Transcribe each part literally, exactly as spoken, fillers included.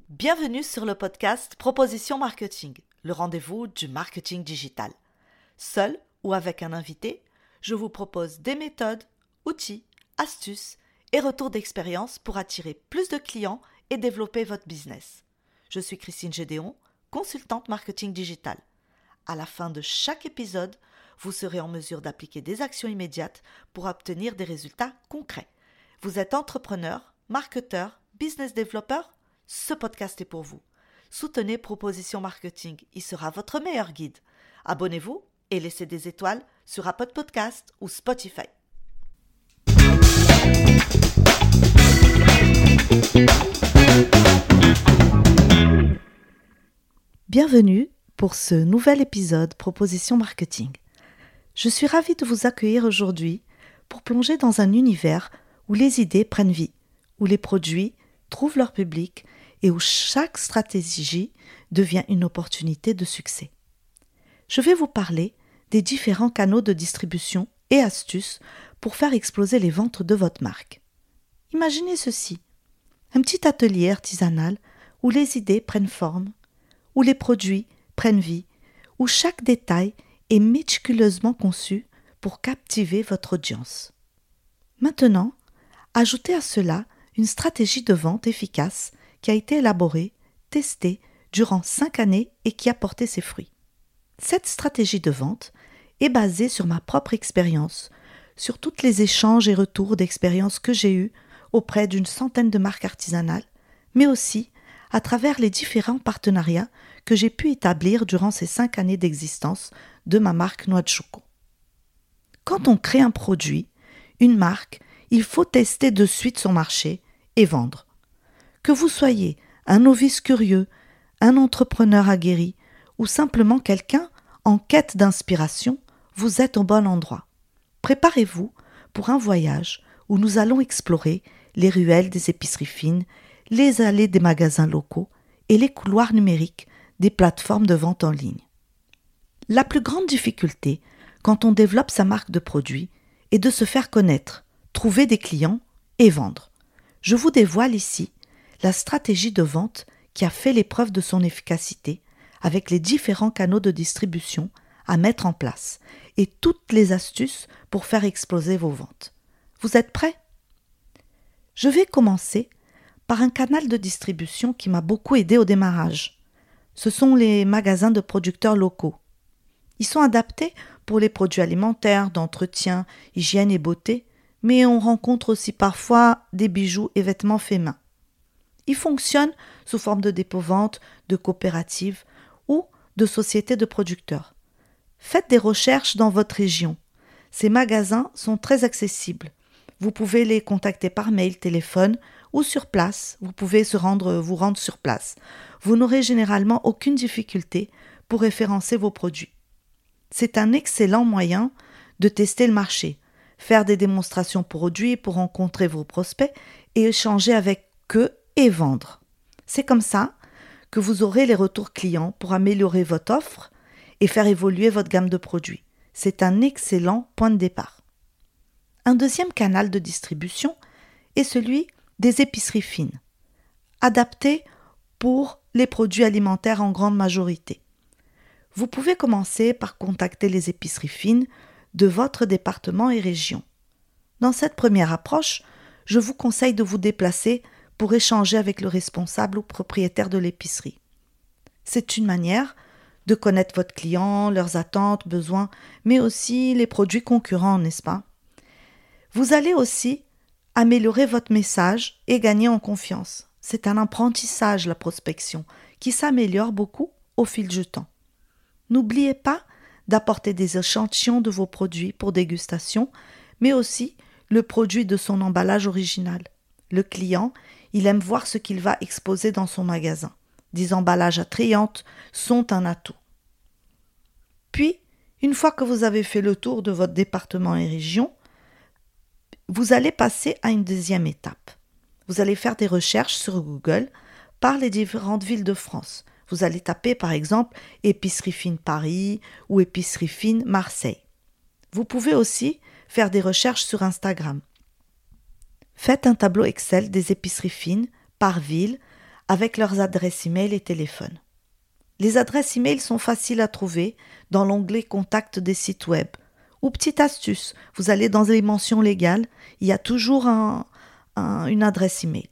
Bienvenue sur le podcast Proposition Marketing, le rendez-vous du marketing digital. Seul ou avec un invité, je vous propose des méthodes, outils, astuces et retours d'expérience pour attirer plus de clients et développer votre business. Je suis Christine Gédéon, consultante marketing digital. À la fin de chaque épisode, vous serez en mesure d'appliquer des actions immédiates pour obtenir des résultats concrets. Vous êtes entrepreneur, marketeur, business développeur ? Ce podcast est pour vous. Soutenez Proposition Marketing, il sera votre meilleur guide. Abonnez-vous et laissez des étoiles sur Apple Podcast ou Spotify. Bienvenue pour ce nouvel épisode Proposition Marketing. Je suis ravie de vous accueillir aujourd'hui pour plonger dans un univers où les idées prennent vie, où les produits trouvent leur public et où chaque stratégie devient une opportunité de succès. Je vais vous parler des différents canaux de distribution et astuces pour faire exploser les ventes de votre marque. Imaginez ceci, un petit atelier artisanal où les idées prennent forme, où les produits prennent vie, où chaque détail est méticuleusement conçu pour captiver votre audience. Maintenant, ajoutez à cela une stratégie de vente efficace qui a été élaborée, testée durant cinq années et qui a porté ses fruits. Cette stratégie de vente est basée sur ma propre expérience, sur tous les échanges et retours d'expérience que j'ai eus auprès d'une centaine de marques artisanales, mais aussi à travers les différents partenariats que j'ai pu établir durant ces cinq années d'existence de ma marque Noix de Choco. Quand on crée un produit, une marque, il faut tester de suite son marché et vendre. Que vous soyez un novice curieux, un entrepreneur aguerri ou simplement quelqu'un en quête d'inspiration, vous êtes au bon endroit. Préparez-vous pour un voyage où nous allons explorer les ruelles des épiceries fines, les allées des magasins locaux et les couloirs numériques des plateformes de vente en ligne. La plus grande difficulté quand on développe sa marque de produit est de se faire connaître, trouver des clients et vendre. Je vous dévoile ici la stratégie de vente qui a fait l'épreuve de son efficacité avec les différents canaux de distribution à mettre en place et toutes les astuces pour faire exploser vos ventes. Vous êtes prêts ? Je vais commencer par un canal de distribution qui m'a beaucoup aidé au démarrage. Ce sont les magasins de producteurs locaux. Ils sont adaptés pour les produits alimentaires, d'entretien, hygiène et beauté, mais on rencontre aussi parfois des bijoux et vêtements faits main. Ils fonctionnent sous forme de dépôt-vente, de coopératives ou de sociétés de producteurs. Faites des recherches dans votre région. Ces magasins sont très accessibles. Vous pouvez les contacter par mail, téléphone ou sur place. Vous pouvez se rendre, vous rendre sur place. Vous n'aurez généralement aucune difficulté pour référencer vos produits. C'est un excellent moyen de tester le marché, faire des démonstrations produits pour rencontrer vos prospects et échanger avec eux et vendre. C'est comme ça que vous aurez les retours clients pour améliorer votre offre et faire évoluer votre gamme de produits. C'est un excellent point de départ. Un deuxième canal de distribution est celui des épiceries fines, adapté pour les produits alimentaires en grande majorité. Vous pouvez commencer par contacter les épiceries fines de votre département et région. Dans cette première approche, je vous conseille de vous déplacer pour échanger avec le responsable ou propriétaire de l'épicerie. C'est une manière de connaître votre client, leurs attentes, besoins, mais aussi les produits concurrents, n'est-ce pas? Vous allez aussi améliorer votre message et gagner en confiance. C'est un apprentissage, la prospection, qui s'améliore beaucoup au fil du temps. N'oubliez pas d'apporter des échantillons de vos produits pour dégustation, mais aussi le produit de son emballage original. Le client, il aime voir ce qu'il va exposer dans son magasin. Des emballages attrayants sont un atout. Puis, une fois que vous avez fait le tour de votre département et région, vous allez passer à une deuxième étape. Vous allez faire des recherches sur Google par les différentes villes de France. Vous allez taper par exemple « Épicerie fine Paris » ou « Épicerie fine Marseille ». Vous pouvez aussi faire des recherches sur Instagram. Faites un tableau Excel des épiceries fines par ville avec leurs adresses email et téléphone. Les adresses email sont faciles à trouver dans l'onglet Contact des sites web. Ou petite astuce, vous allez dans les mentions légales, il y a toujours un, un, une adresse email.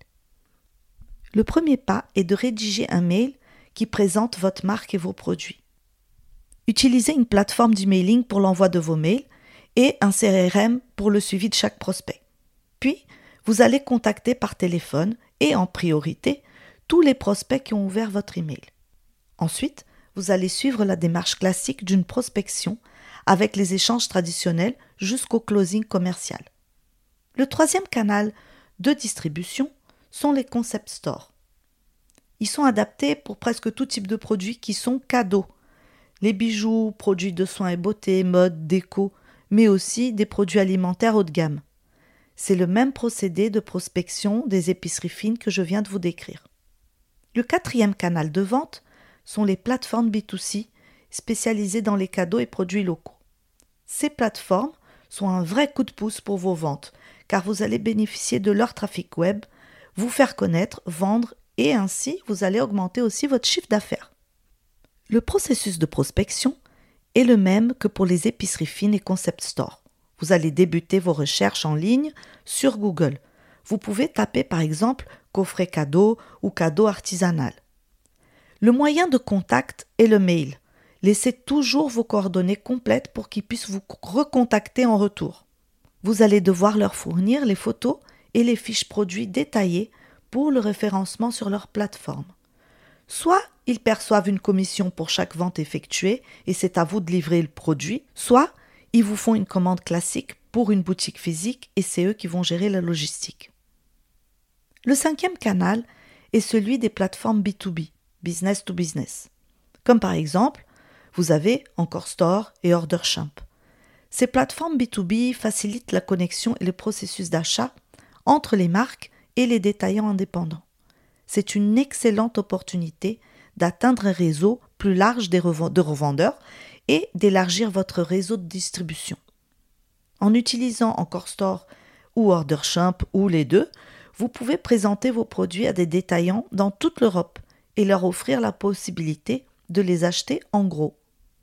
Le premier pas est de rédiger un mail qui présente votre marque et vos produits. Utilisez une plateforme d'emailing pour l'envoi de vos mails et un C R M pour le suivi de chaque prospect. Puis, vous allez contacter par téléphone et en priorité tous les prospects qui ont ouvert votre email. Ensuite, vous allez suivre la démarche classique d'une prospection avec les échanges traditionnels jusqu'au closing commercial. Le troisième canal de distribution sont les concept stores. Ils sont adaptés pour presque tout type de produits qui sont cadeaux. Les bijoux, produits de soins et beauté, mode, déco, mais aussi des produits alimentaires haut de gamme. C'est le même procédé de prospection des épiceries fines que je viens de vous décrire. Le quatrième canal de vente sont les plateformes B deux C spécialisées dans les cadeaux et produits locaux. Ces plateformes sont un vrai coup de pouce pour vos ventes, car vous allez bénéficier de leur trafic web, vous faire connaître, vendre et ainsi vous allez augmenter aussi votre chiffre d'affaires. Le processus de prospection est le même que pour les épiceries fines et concept stores. Vous allez débuter vos recherches en ligne sur Google. Vous pouvez taper par exemple coffret cadeau ou cadeau artisanal. Le moyen de contact est le mail. Laissez toujours vos coordonnées complètes pour qu'ils puissent vous recontacter en retour. Vous allez devoir leur fournir les photos et les fiches produits détaillées pour le référencement sur leur plateforme. Soit ils perçoivent une commission pour chaque vente effectuée et c'est à vous de livrer le produit, soit ils vous font une commande classique pour une boutique physique et c'est eux qui vont gérer la logistique. Le cinquième canal est celui des plateformes B deux B, business to business. Comme par exemple, vous avez Encore Store et OrderShop. Ces plateformes B deux B facilitent la connexion et le processus d'achat entre les marques et les détaillants indépendants. C'est une excellente opportunité d'atteindre un réseau plus large de revendeurs et d'élargir votre réseau de distribution. En utilisant Encore Store ou OrderShop ou les deux, vous pouvez présenter vos produits à des détaillants dans toute l'Europe et leur offrir la possibilité de les acheter en gros.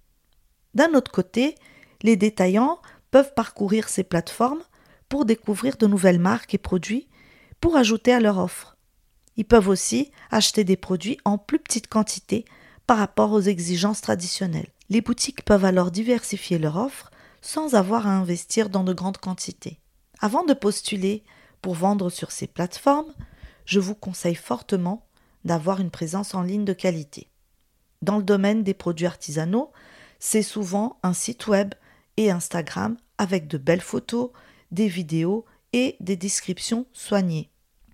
D'un autre côté, les détaillants peuvent parcourir ces plateformes pour découvrir de nouvelles marques et produits pour ajouter à leur offre. Ils peuvent aussi acheter des produits en plus petite quantité par rapport aux exigences traditionnelles. Les boutiques peuvent alors diversifier leur offre sans avoir à investir dans de grandes quantités. Avant de postuler pour vendre sur ces plateformes, je vous conseille fortement d'avoir une présence en ligne de qualité. Dans le domaine des produits artisanaux, c'est souvent un site web et Instagram avec de belles photos, des vidéos et des descriptions soignées.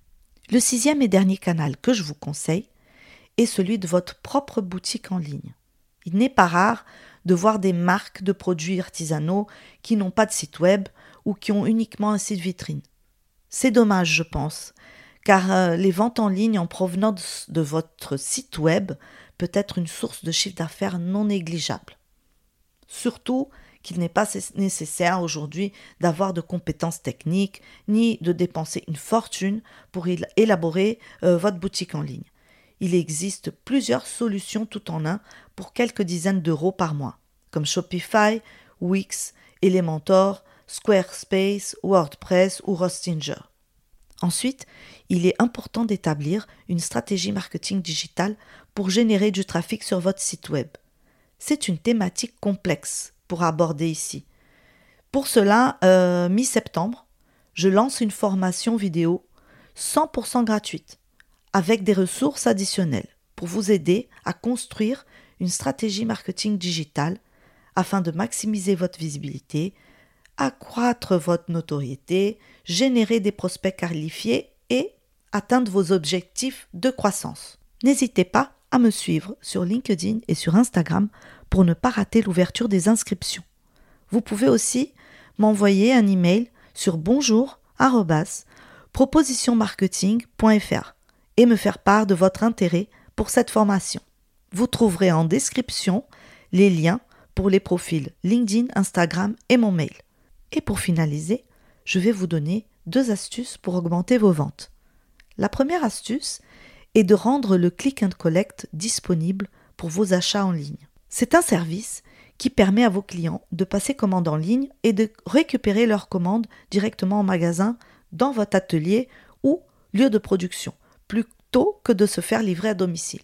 Le sixième et dernier canal que je vous conseille est celui de votre propre boutique en ligne. Il n'est pas rare de voir des marques de produits artisanaux qui n'ont pas de site web ou qui ont uniquement un site vitrine. C'est dommage, je pense, car euh, les ventes en ligne en provenance de votre site web peut être une source de chiffre d'affaires non négligeable. Surtout qu'il n'est pas nécessaire aujourd'hui d'avoir de compétences techniques ni de dépenser une fortune pour élaborer euh, votre boutique en ligne. Il existe plusieurs solutions tout en un pour quelques dizaines d'euros par mois, comme Shopify, Wix, Elementor, Squarespace, WordPress ou Hostinger. Ensuite, il est important d'établir une stratégie marketing digitale pour générer du trafic sur votre site web. C'est une thématique complexe pour aborder ici. Pour cela, euh, mi-septembre, je lance une formation vidéo cent pour cent gratuite avec des ressources additionnelles pour vous aider à construire une stratégie marketing digitale afin de maximiser votre visibilité, accroître votre notoriété, générer des prospects qualifiés et atteindre vos objectifs de croissance. N'hésitez pas à me suivre sur LinkedIn et sur Instagram pour ne pas rater l'ouverture des inscriptions. Vous pouvez aussi m'envoyer un email sur bonjour arobase proposition marketing point f r et me faire part de votre intérêt pour cette formation. Vous trouverez en description les liens pour les profils LinkedIn, Instagram et mon mail. Et pour finaliser, je vais vous donner deux astuces pour augmenter vos ventes. La première astuce et de rendre le click and collect disponible pour vos achats en ligne. C'est un service qui permet à vos clients de passer commande en ligne et de récupérer leurs commandes directement en magasin, dans votre atelier ou lieu de production, plutôt que de se faire livrer à domicile.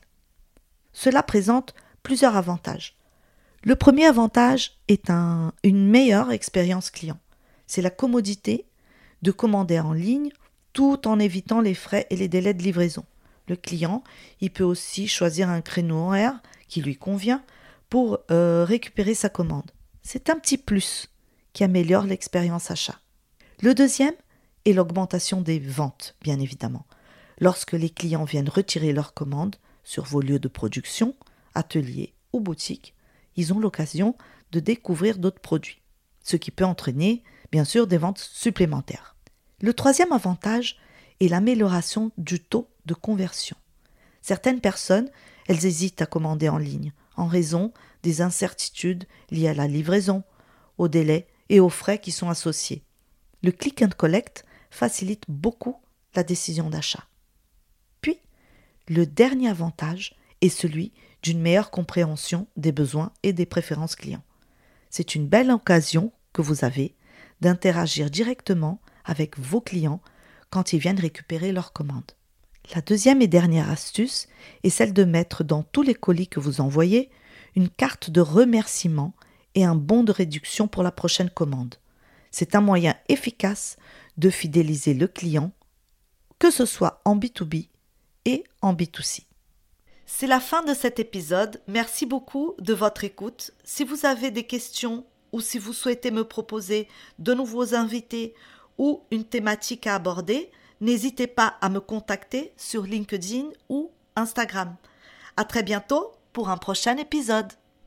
Cela présente plusieurs avantages. Le premier avantage est un, une meilleure expérience client. C'est la commodité de commander en ligne tout en évitant les frais et les délais de livraison. Le client, il peut aussi choisir un créneau horaire qui lui convient pour euh, récupérer sa commande. C'est un petit plus qui améliore l'expérience achat. Le deuxième est l'augmentation des ventes, bien évidemment. Lorsque les clients viennent retirer leurs commandes sur vos lieux de production, ateliers ou boutiques, ils ont l'occasion de découvrir d'autres produits, ce qui peut entraîner, bien sûr, des ventes supplémentaires. Le troisième avantage est l'amélioration du taux de conversion. Certaines personnes, elles hésitent à commander en ligne en raison des incertitudes liées à la livraison, aux délais et aux frais qui sont associés. Le click and collect facilite beaucoup la décision d'achat. Puis, le dernier avantage est celui d'une meilleure compréhension des besoins et des préférences clients. C'est une belle occasion que vous avez d'interagir directement avec vos clients quand ils viennent récupérer leurs commandes. La deuxième et dernière astuce est celle de mettre dans tous les colis que vous envoyez une carte de remerciement et un bon de réduction pour la prochaine commande. C'est un moyen efficace de fidéliser le client, que ce soit en B deux B et en B deux C. C'est la fin de cet épisode. Merci beaucoup de votre écoute. Si vous avez des questions ou si vous souhaitez me proposer de nouveaux invités ou une thématique à aborder, n'hésitez pas à me contacter sur LinkedIn ou Instagram. À très bientôt pour un prochain épisode.